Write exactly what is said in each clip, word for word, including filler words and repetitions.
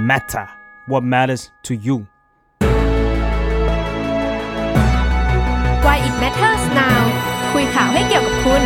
matter what matters to you Why it matters now คุยข่าวให้เกี่ยวกับคุณ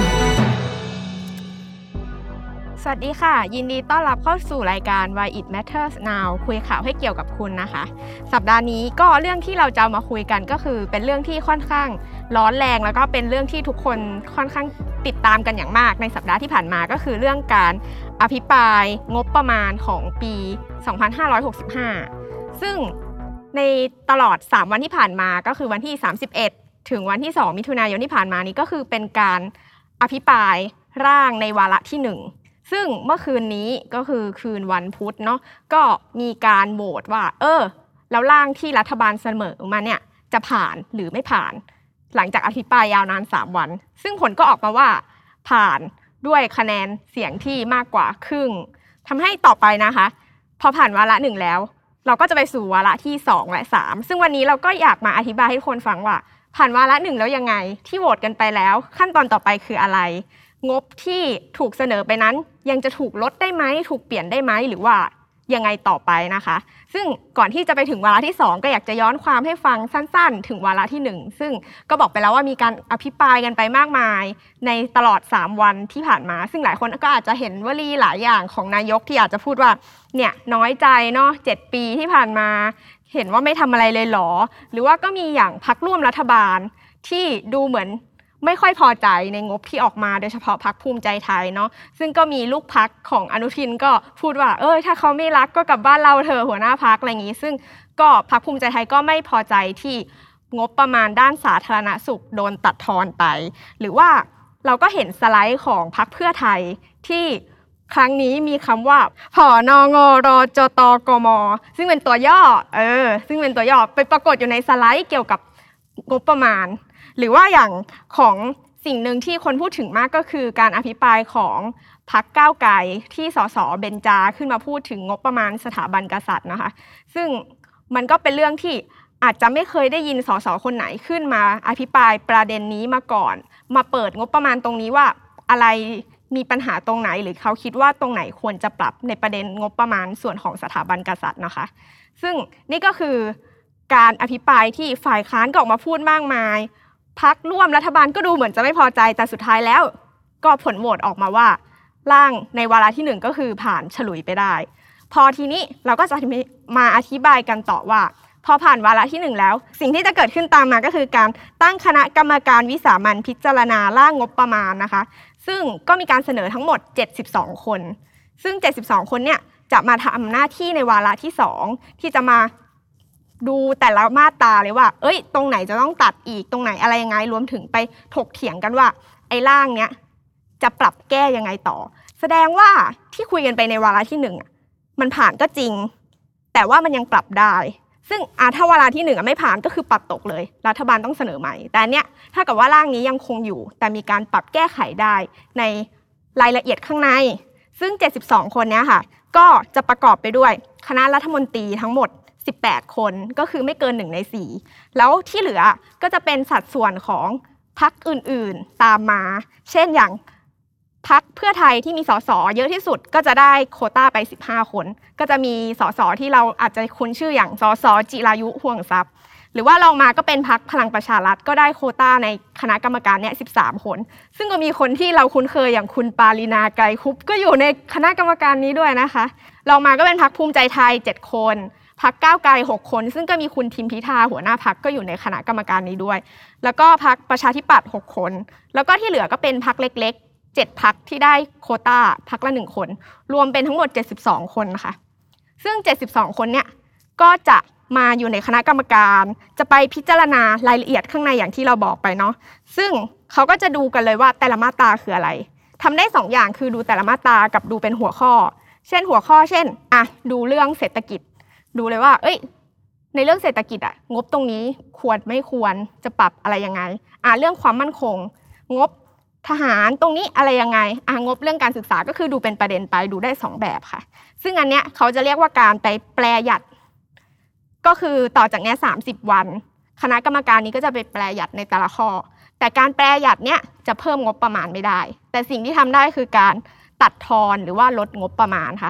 สวัสดีค่ะยินดีต้อนรับเข้าสู่รายการ Why it matters now คุยข่าวให้เกี่ยวกับคุณนะคะสัปดาห์นี้ก็เรื่องที่เราจะมาคุยกันก็คือเป็นเรื่องที่ค่อนข้างร้อนแรงแล้วก็เป็นเรื่องที่ทุกคนค่อนข้างติดตามกันอย่างมากในสัปดาห์ที่ผ่านมาก็คือเรื่องการอภิปรายงบประมาณของปีสองพันห้าร้อยหกสิบห้าซึ่งในตลอดสามวันที่ผ่านมาก็คือวันที่สามสิบเอ็ดถึงวันที่สองมิถุนายนที่ผ่านมานี้ก็คือเป็นการอภิปรายร่างในวาระที่หนึ่งซึ่งเมื่อคืนนี้ก็คือคืนวันพุธเนาะก็มีการโหวตว่าเออแล้วร่างที่รัฐบาลเสนอมาเนี่ยจะผ่านหรือไม่ผ่านหลังจากอภิปรายยาวนานสามวันซึ่งผลก็ออกมาว่าผ่านด้วยคะแนนเสียงที่มากกว่าครึ่งทำให้ต่อไปนะคะพอผ่านวาระหนึ่งแล้วเราก็จะไปสู่วาระที่สองและสามซึ่งวันนี้เราก็อยากมาอธิบายให้ทุกคนฟังว่าผ่านวาระหนึ่งแล้วยังไงที่โหวตกันไปแล้วขั้นตอนต่อไปคืออะไรงบที่ถูกเสนอไปนั้นยังจะถูกลดได้ไหมถูกเปลี่ยนได้ไหมหรือว่ายังไงต่อไปนะคะซึ่งก่อนที่จะไปถึงวาระที่สองก็อยากจะย้อนความให้ฟังสั้นๆถึงวาระที่หนึ่งซึ่งก็บอกไปแล้วว่ามีการอภิปรายกันไปมากมายในตลอดสามวันที่ผ่านมาซึ่งหลายคนก็อาจจะเห็นวลีหลายอย่างของนายกที่อาจจะพูดว่าเนี่ยน้อยใจเนาะเจ็ดปีที่ผ่านมาเห็นว่าไม่ทำอะไรเลยหรอหรือว่าก็มีอย่างพรรคร่วมรัฐบาลที่ดูเหมือนไม่ค่อยพอใจในงบที่ออกมาโดยเฉพาะพรรคภูมิใจไทยเนาะซึ่งก็มีลูกพรรคของอนุทินก็พูดว่าเออถ้าเขาไม่รักก็กลับบ้านเราเถอะหัวหน้าพรรคอะไรอย่างนี้ซึ่งก็พรรคภูมิใจไทยก็ไม่พอใจที่งบประมาณด้านสาธารณสุขโดนตัดทอนไปหรือว่าเราก็เห็นสไลด์ของพรรคเพื่อไทยที่ครั้งนี้มีคำว่าผนงรจตกมซึ่งเป็นตัวย่อเออซึ่งเป็นตัวย่อไปปรากฏอยู่ในสไลด์เกี่ยวกับงบประมาณหรือว่าอย่างของสิ่งหนึ่งที่คนพูดถึงมากก็คือการอภิปรายของพรรคก้าวไกลที่สสเบญจาขึ้นมาพูดถึงงบประมาณสถาบันกษัตริย์นะคะซึ่งมันก็เป็นเรื่องที่อาจจะไม่เคยได้ยินสสคนไหนขึ้นมาอภิปรายประเด็นนี้มาก่อนมาเปิดงบประมาณตรงนี้ว่าอะไรมีปัญหาตรงไหนหรือเขาคิดว่าตรงไหนควรจะปรับในประเด็นงบประมาณส่วนของสถาบันกษัตริย์นะคะซึ่งนี่ก็คือการอภิปรายที่ฝ่ายค้านก็ออกมาพูดมากมายพรรคร่วมรัฐบาลก็ดูเหมือนจะไม่พอใจแต่สุดท้ายแล้วก็ผลโหวตออกมาว่าร่างในวาระที่หนึ่งก็คือผ่านฉลุยไปได้พอทีนี้เราก็จะมาอธิบายกันต่อว่าพอผ่านวาระที่หนึ่งแล้วสิ่งที่จะเกิดขึ้นตามมาก็คือการตั้งคณะกรรมการวิสามัญพิจารณาร่างงบประมาณนะคะซึ่งก็มีการเสนอทั้งหมดเจ็ดสิบสองคนซึ่งเจ็ดสิบสองคนเนี่ยจะมาทำหน้าที่ในวาระที่สองที่จะมาดูแต่ละมาตราเลยว่าเอ้ยตรงไหนจะต้องตัดอีกตรงไหนอะไรยังไงรวมถึงไปถกเถียงกันว่าไอ้ร่างเนี้ยจะปรับแก้ยังไงต่อแสดงว่าที่คุยกันไปในวาระที่หนึ่งมันผ่านก็จริงแต่ว่ามันยังปรับได้ซึ่งอ่ะถ้าวาระที่หนึ่งไม่ผ่านก็คือปรับตกเลยรัฐบาลต้องเสนอใหม่แต่เนี้ยถ้ากับว่าร่างนี้ยังคงอยู่แต่มีการปรับแก้ไขได้ในรายละเอียดข้างในซึ่งเจ็ดสิบสองคนเนี้ยค่ะก็จะประกอบไปด้วยคณะรัฐมนตรีทั้งหมดสิบแปดคนก็คือไม่เกินหนึ่งในสี่แล้วที่เหลือก็จะเป็นสัดส่วนของพรรคอื่นๆตามมาเช่นอย่างพรรคเพื่อไทยที่มีสสเยอะที่สุดก็จะได้โควต้าไปสิบห้าคนก็จะมีสสที่เราอาจจะคุ้นชื่ออย่างสสจิรายุห่วงทรัพย์หรือว่าลองมาก็เป็นพรรคพลังประชารัฐก็ได้โควต้าในคณะกรรมการเนี่ยสิบสามคนซึ่งก็มีคนที่เราคุ้นเคยอย่างคุณปารินาไกรคุปก็อยู่ในคณะกรรมการนี้ด้วยนะคะลองมาก็เป็นพรรคภูมิใจไทยเจ็ดคนพรรคก้าวไกลหกคนซึ่งก็มีคุณทิมพิธาหัวหน้าพรรคก็อยู่ในคณะกรรมการนี้ด้วยแล้วก็พรรคประชาธิปัตย์หกคนแล้วก็ที่เหลือก็เป็นพรรคเล็กๆเจ็ดพรรคที่ได้โควต้าพรรคละหนึ่งคนรวมเป็นทั้งหมดเจ็ดสิบสองคนนะคะซึ่งเจ็ดสิบสองคนเนี่ยก็จะมาอยู่ในคณะกรรมการจะไปพิจารณารายละเอียดข้างในอย่างที่เราบอกไปเนาะซึ่งเขาก็จะดูกันเลยว่าแต่ละมาตราคืออะไรทำได้สองอย่างคือดูแต่ละมาตรากับดูเป็นหัวข้อเช่นหัวข้อเช่นอ่ะดูเรื่องเศรษฐกิจดูเลยว่าเอ้ยในเรื่องเศรษฐกิจอะงบตรงนี้ควรไม่ควรจะปรับอะไรยังไงอ่ะเรื่องความมั่นคงงบทหารตรงนี้อะไรยังไงอ่ะงบเรื่องการศึกษาก็คือดูเป็นประเด็นไปดูได้สองแบบค่ะซึ่งอันเนี้ยเขาจะเรียกว่าการไปแปลหยัดก็คือต่อจากเนี้ยสามสิบวันคณะกรรมการนี้ก็จะไปแปลหยัดในแต่ละข้อแต่การแปลหยัดเนี้ยจะเพิ่มงบประมาณไม่ได้แต่สิ่งที่ทำได้คือการตัดทอนหรือว่าลดงบประมาณค่ะแป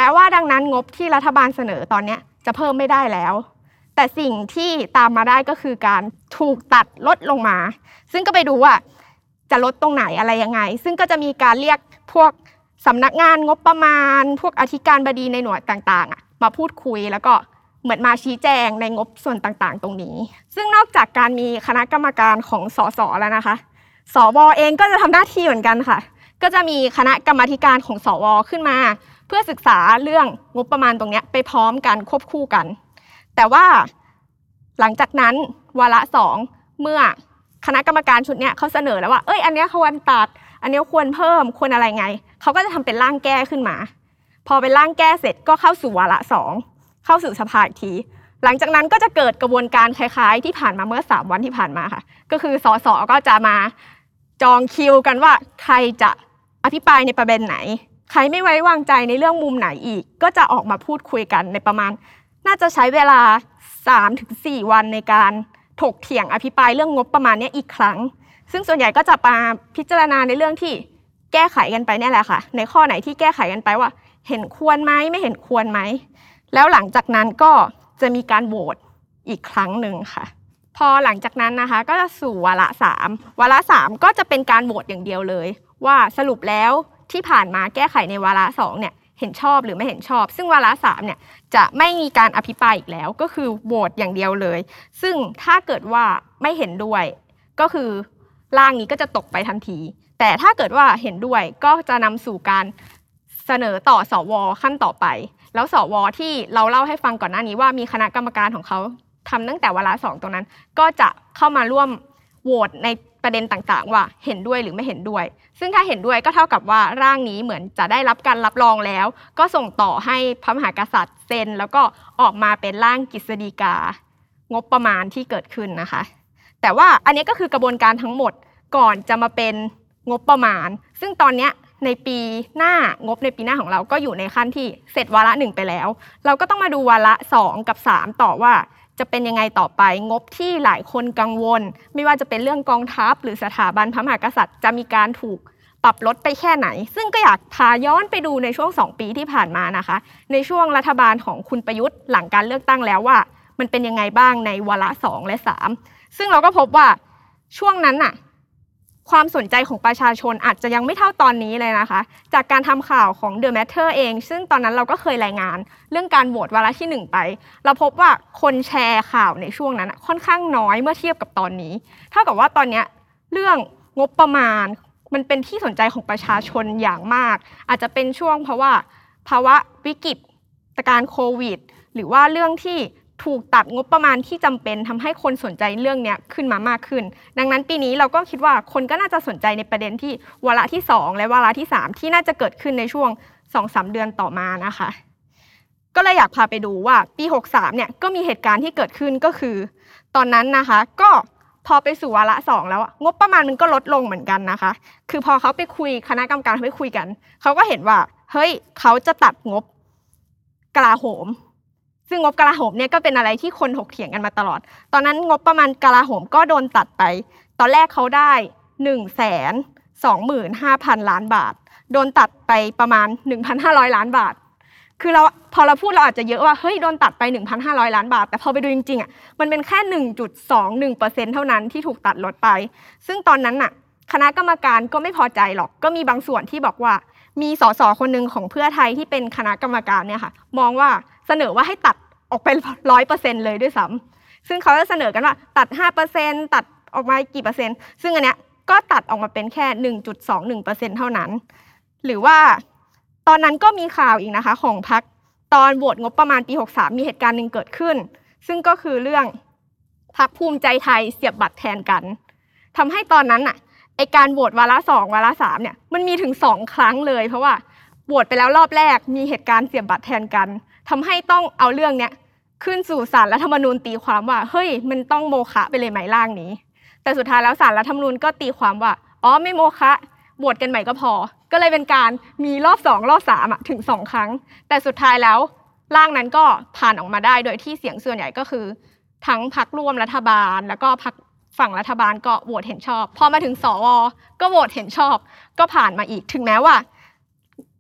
ลว่าดังนั้นงบที่รัฐบาลเสนอตอนนี้จะเพิ่มไม่ได้แล้วแต่สิ่งที่ตามมาได้ก็คือการถูกตัดลดลงมาซึ่งก็ไปดูว่าจะลดตรงไหนอะไรยังไงซึ่งก็จะมีการเรียกพวกสำนักงานงบประมาณพวกอธิการบดีในหน่วยต่างๆมาพูดคุยแล้วก็เหมือนมาชี้แจงในงบส่วนต่างๆตรงนี้ซึ่งนอกจากการมีคณะกรรมการของสสแล้วนะคะสวเองก็จะทำหน้าที่เหมือนกันค่ะก็จะมีคณะกรรมาธิการของสวขึ้นมาเพื่อศึกษาเรื่องงบประมาณตรงนี้ไปพร้อมกันควบคู่กันแต่ว่าหลังจากนั้นวาระสองเมื่อคณะกรรมการชุดนี้เขาเสนอแล้วว่าเอ้ยอันนี้ควรตัดอันนี้ควรเพิ่มควรอะไรไงเขาก็จะทำเป็นร่างแก้ขึ้นมาพอเป็นร่างแก้เสร็จก็เข้าสู่วาระสองเข้าสู่สภาอีกทีหลังจากนั้นก็จะเกิดกระบวนการคล้ายๆที่ผ่านมาเมื่อสามวันที่ผ่านมาค่ะก็คือสสก็จะมาจองคิวกันว่าใครจะอภิปรายในประเด็นไหนใครไม่ไว้วางใจในเรื่องมุมไหนอีกก็จะออกมาพูดคุยกันในประมาณน่าจะใช้เวลา สามถึงสี่ วันในการถกเถียงอภิปรายเรื่องงบประมาณนี้อีกครั้งซึ่งส่วนใหญ่ก็จะมาพิจารณาในเรื่องที่แก้ไขกันไปเนี่ยแหละค่ะในข้อไหนที่แก้ไขกันไปว่าเห็นควรไหมไม่เห็นควรไหมแล้วหลังจากนั้นก็จะมีการโหวตอีกครั้งหนึ่งค่ะพอหลังจากนั้นนะคะก็จะสู่วาระสามวาระสามก็จะเป็นการโหวตอย่างเดียวเลยว่าสรุปแล้วที่ผ่านมาแก้ไขในวาระสองเนี่ยเห็นชอบหรือไม่เห็นชอบซึ่งวาระสามเนี่ยจะไม่มีการอภิปรายอีกแล้วก็คือโหวตอย่างเดียวเลยซึ่งถ้าเกิดว่าไม่เห็นด้วยก็คือร่างนี้ก็จะตกไปทันทีแต่ถ้าเกิดว่าเห็นด้วยก็จะนำสู่การเสนอต่อสวขั้นต่อไปแล้วสวที่เราเล่าให้ฟังก่อนหน้านี้ว่ามีคณะกรรมการของเขาทำตั้งแต่วาระสองตรงนั้นก็จะเข้ามาร่วมโหวตในประเด็นต่างๆว่าเห็นด้วยหรือไม่เห็นด้วยซึ่งถ้าเห็นด้วยก็เท่ากับว่าร่างนี้เหมือนจะได้รับการรับรองแล้วก็ส่งต่อให้พระมหากษัตริย์เซ็นแล้วก็ออกมาเป็นร่างกฤษฎีกางบประมาณที่เกิดขึ้นนะคะแต่ว่าอันนี้ก็คือกระบวนการทั้งหมดก่อนจะมาเป็นงบประมาณซึ่งตอนนี้ในปีหน้างบในปีหน้าของเราก็อยู่ในขั้นที่เสร็จวาระหนึ่งไปแล้วเราก็ต้องมาดูวาระสองกับสามต่อว่าจะเป็นยังไงต่อไปงบที่หลายคนกังวลไม่ว่าจะเป็นเรื่องกองทัพหรือสถาบันพระมหากษัตริย์จะมีการถูกปรับลดไปแค่ไหนซึ่งก็อยากพาย้อนไปดูในช่วงสองปีที่ผ่านมานะคะในช่วงรัฐบาลของคุณประยุทธ์หลังการเลือกตั้งแล้วว่ามันเป็นยังไงบ้างในวาระสองและสามซึ่งเราก็พบว่าช่วงนั้นน่ะความสนใจของประชาชนอาจจะยังไม่เท่าตอนนี้เลยนะคะจากการทำข่าวของ The Matter เองซึ่งตอนนั้นเราก็เคยรายงานเรื่องการโหวตวาระที่หนึ่งไปเราพบว่าคนแชร์ข่าวในช่วงนั้นค่อนข้างน้อยเมื่อเทียบกับตอนนี้เท่ากับว่าตอนนี้เรื่องงบประมาณมันเป็นที่สนใจของประชาชนอย่างมากอาจจะเป็นช่วงเพราะว่าภาวะวิกฤตการโควิดหรือว่าเรื่องที่ถูกตัดงบประมาณที่จำเป็นทำให้คนสนใจเรื่องนี้ขึ้นมามากขึ้นดังนั้นปีนี้เราก็คิดว่าคนก็น่าจะสนใจในประเด็นที่วาระที่สองและวาระที่สามที่น่าจะเกิดขึ้นในช่วง สองถึงสาม เดือนต่อมานะคะก็เลยอยากพาไปดูว่าปีหกสามเนี่ยก็มีเหตุการณ์ที่เกิดขึ้นก็คือตอนนั้นนะคะก็พอไปสู่วาระสองแล้วงบประมาณมันก็ลดลงเหมือนกันนะคะคือพอเขาไปคุยคณะกรรมการไปคุยกันเขาก็เห็นว่าเฮ้ยเขาจะตัดงบกลาโหมซึ่งงบกลาโหมเนี่ยก็เป็นอะไรที่คนถกเถียงกันมาตลอดตอนนั้นงบประมาณกลาโหมก็โดนตัดไปตอนแรกเขาได้ หนึ่งแสนสองหมื่นห้าพัน ล้านบาทโดนตัดไปประมาณ หนึ่งพันห้าร้อย ล้านบาทคือเราพอเราพูดเราอาจจะเยอะว่าเฮ้ยโดนตัดไป หนึ่งพันห้าร้อย ล้านบาทแต่พอไปดูจริงๆอ่ะมันเป็นแค่ หนึ่งจุดสองหนึ่งเปอร์เซ็นต์ เท่านั้นที่ถูกตัดลดไปซึ่งตอนนั้นน่ะคณะกรรมการก็ไม่พอใจหรอกก็มีบางส่วนที่บอกว่ามีสสคนนึงของเพื่อไทยที่เป็นคณะกรรมการเนี่ยค่ะมองว่าเสนอว่าให้ตัดออกไป ร้อยเปอร์เซ็นต์ เลยด้วยซ้ำซึ่งเขาจะเสนอกันว่าตัด ห้าเปอร์เซ็นต์ ตัดออกมากี่เปอร์เซ็นต์ซึ่งอันเนี้ยก็ตัดออกมาเป็นแค่ หนึ่งจุดสองหนึ่งเปอร์เซ็นต์ เท่านั้นหรือว่าตอนนั้นก็มีข่าวอีกนะคะของพรรคตอนโหวตงบประมาณปีหกสามมีเหตุการณ์หนึ่งเกิดขึ้นซึ่งก็คือเรื่องพรรคภูมิใจไทยเสียบบัตรแทนกันทำให้ตอนนั้นน่ะไอการโหวตวาระสองวาระสามเนี่ยมันมีถึงสองครั้งเลยเพราะว่าโหวตไปแล้วรอบแรกมีเหตุการณ์เสียบบัตรแทนกันทำให้ต้องเอาเรื่องเนี้ยขึ้นสู่ศาลรัฐธรรมนูญตีความว่าเฮ้ยมันต้องโมฆะไปเลยไหมร่างนี้แต่สุดท้ายแล้วศาลรัฐธรรมนูญก็ตีความว่าอ๋อไม่โมฆะโหวตกันใหม่ก็พอก็เลยเป็นการมีรอบสองรอบสามถึงสองครั้งแต่สุดท้ายแล้วร่างนั้นก็ผ่านออกมาได้โดยที่เสียงส่วนใหญ่ก็คือทั้งพรรคร่วมรัฐบาลแล้วก็พรรคฝั่งรัฐบาลก็โหวตเห็นชอบพอมาถึงสวก็โหวตเห็นชอบก็ผ่านมาอีกถึงแม้ว่า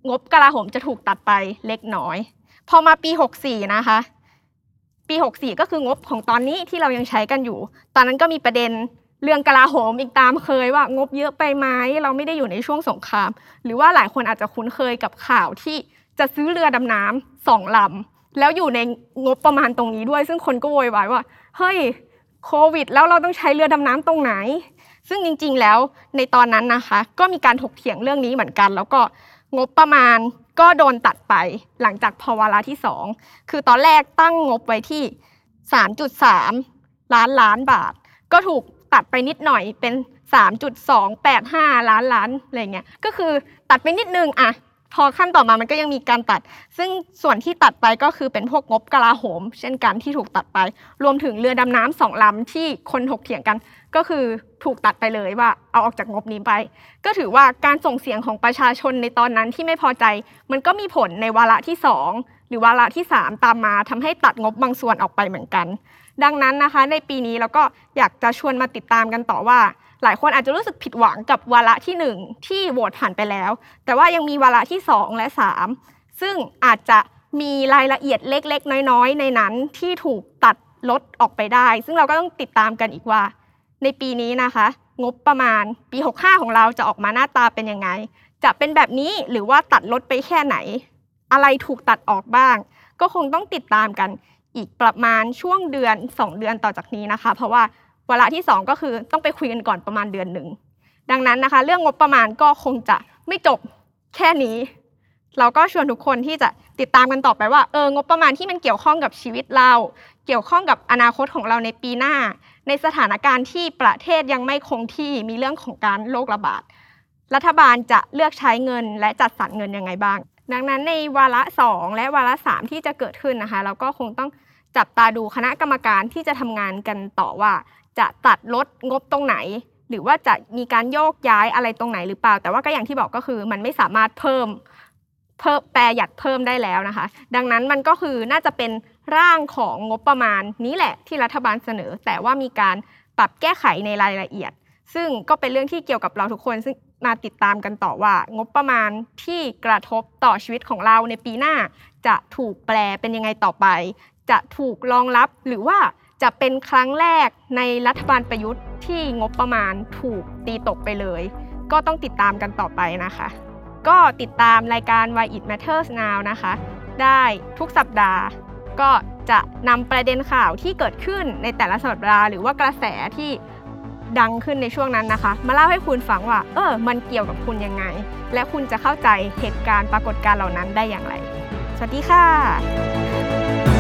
งบกลาโหมจะถูกตัดไปเล็กน้อยพอมาปีหกสี่นะคะปีหกสี่ก็คืองบของตอนนี้ที่เรายังใช้กันอยู่ตอนนั้นก็มีประเด็นเรื่องกลาโหมอีกตามเคยว่างบเยอะไปไหมเราไม่ได้อยู่ในช่วงสงครามหรือว่าหลายคนอาจจะคุ้นเคยกับข่าวที่จะซื้อเรือดำน้ำสองลำแล้วอยู่ในงบประมาณตรงนี้ด้วยซึ่งคนก็โวยวายว่าเฮ้ยโควิดแล้วเราต้องใช้เรือดำน้ำตรงไหนซึ่งจริงๆแล้วในตอนนั้นนะคะก็มีการถกเถียงเรื่องนี้เหมือนกันแล้วก็งบประมาณก็โดนตัดไปหลังจากพอวาระที่สองคือตอนแรกตั้งงบไว้ที่ สามจุดสาม ล้านล้านบาทก็ถูกตัดไปนิดหน่อยเป็น สามจุดสองแปดห้า ล้านล้านอะไรเงี้ยก็คือตัดไปนิดนึงอะพอขั้นต่อมามันก็ยังมีการตัดซึ่งส่วนที่ตัดไปก็คือเป็นพวกงบกลาโหมเช่นกันที่ถูกตัดไปรวมถึงเรือดำน้ำสองลำที่คนถกเถียงกันก็คือถูกตัดไปเลยว่าเอาออกจากงบนี้ไปก็ถือว่าการส่งเสียงของประชาชนในตอนนั้นที่ไม่พอใจมันก็มีผลในวาระที่สองหรือวาระที่สามตามมาทำให้ตัดงบบางส่วนออกไปเหมือนกันดังนั้นนะคะในปีนี้เราก็อยากจะชวนมาติดตามกันต่อว่าหลายคนอาจจะรู้สึกผิดหวังกับวาระที่หนึ่งที่โหวตผ่านไปแล้วแต่ว่ายังมีวาระที่สองและสามซึ่งอาจจะมีรายละเอียดเล็กๆน้อยๆในนั้นที่ถูกตัดลดออกไปได้ซึ่งเราก็ต้องติดตามกันอีกว่าในปีนี้นะคะงบประมาณปีหกสิบห้าของเราจะออกมาหน้าตาเป็นยังไงจะเป็นแบบนี้หรือว่าตัดลดไปแค่ไหนอะไรถูกตัดออกบ้างก็คงต้องติดตามกันอีกประมาณช่วงเดือนสองเดือนต่อจากนี้นะคะเพราะว่าวาระที่สองก็คือต้องไปคุยกันก่อนประมาณเดือนหนึ่งดังนั้นนะคะเรื่องงบประมาณก็คงจะไม่จบแค่นี้เราก็ชวนทุกคนที่จะติดตามกันต่อไปว่าเอองบประมาณที่มันเกี่ยวข้องกับชีวิตเราเกี่ยวข้องกับอนาคตของเราในปีหน้าในสถานการณ์ที่ประเทศยังไม่คงที่มีเรื่องของการโรคระบาดรัฐบาลจะเลือกใช้เงินและจัดสรรเงินยังไงบ้างดังนั้นในวาระสองและวาระสามที่จะเกิดขึ้นนะคะเราก็คงต้องจับตาดูคณะกรรมการที่จะทำงานกันต่อว่าจะตัดลดงบตรงไหนหรือว่าจะมีการโยกย้ายอะไรตรงไหนหรือเปล่าแต่ว่าก็อย่างที่บอกก็คือมันไม่สามารถเพิ่มเพิ่มแปรหยัดเพิ่มได้แล้วนะคะดังนั้นมันก็คือน่าจะเป็นร่างของงบประมาณนี้แหละที่รัฐบาลเสนอแต่ว่ามีการปรับแก้ไขในรายละเอียดซึ่งก็เป็นเรื่องที่เกี่ยวกับเราทุกคนซึ่งมาติดตามกันต่อว่างบประมาณที่กระทบต่อชีวิตของเราในปีหน้าจะถูกแปลเป็นยังไงต่อไปจะถูกรองรับหรือว่าจะเป็นครั้งแรกในรัฐบาลประยุทธ์ที่งบประมาณถูกตีตกไปเลยก็ต้องติดตามกันต่อไปนะคะก็ติดตามรายการ Why It Matters Now นะคะได้ทุกสัปดาห์ก็จะนำประเด็นข่าวที่เกิดขึ้นในแต่ละสัปดาห์หรือว่ากระแสที่ดังขึ้นในช่วงนั้นนะคะมาเล่าให้คุณฟังว่าเออมันเกี่ยวกับคุณยังไงและคุณจะเข้าใจเหตุการณ์ปรากฏการณ์เหล่านั้นได้อย่างไรสวัสดีค่ะ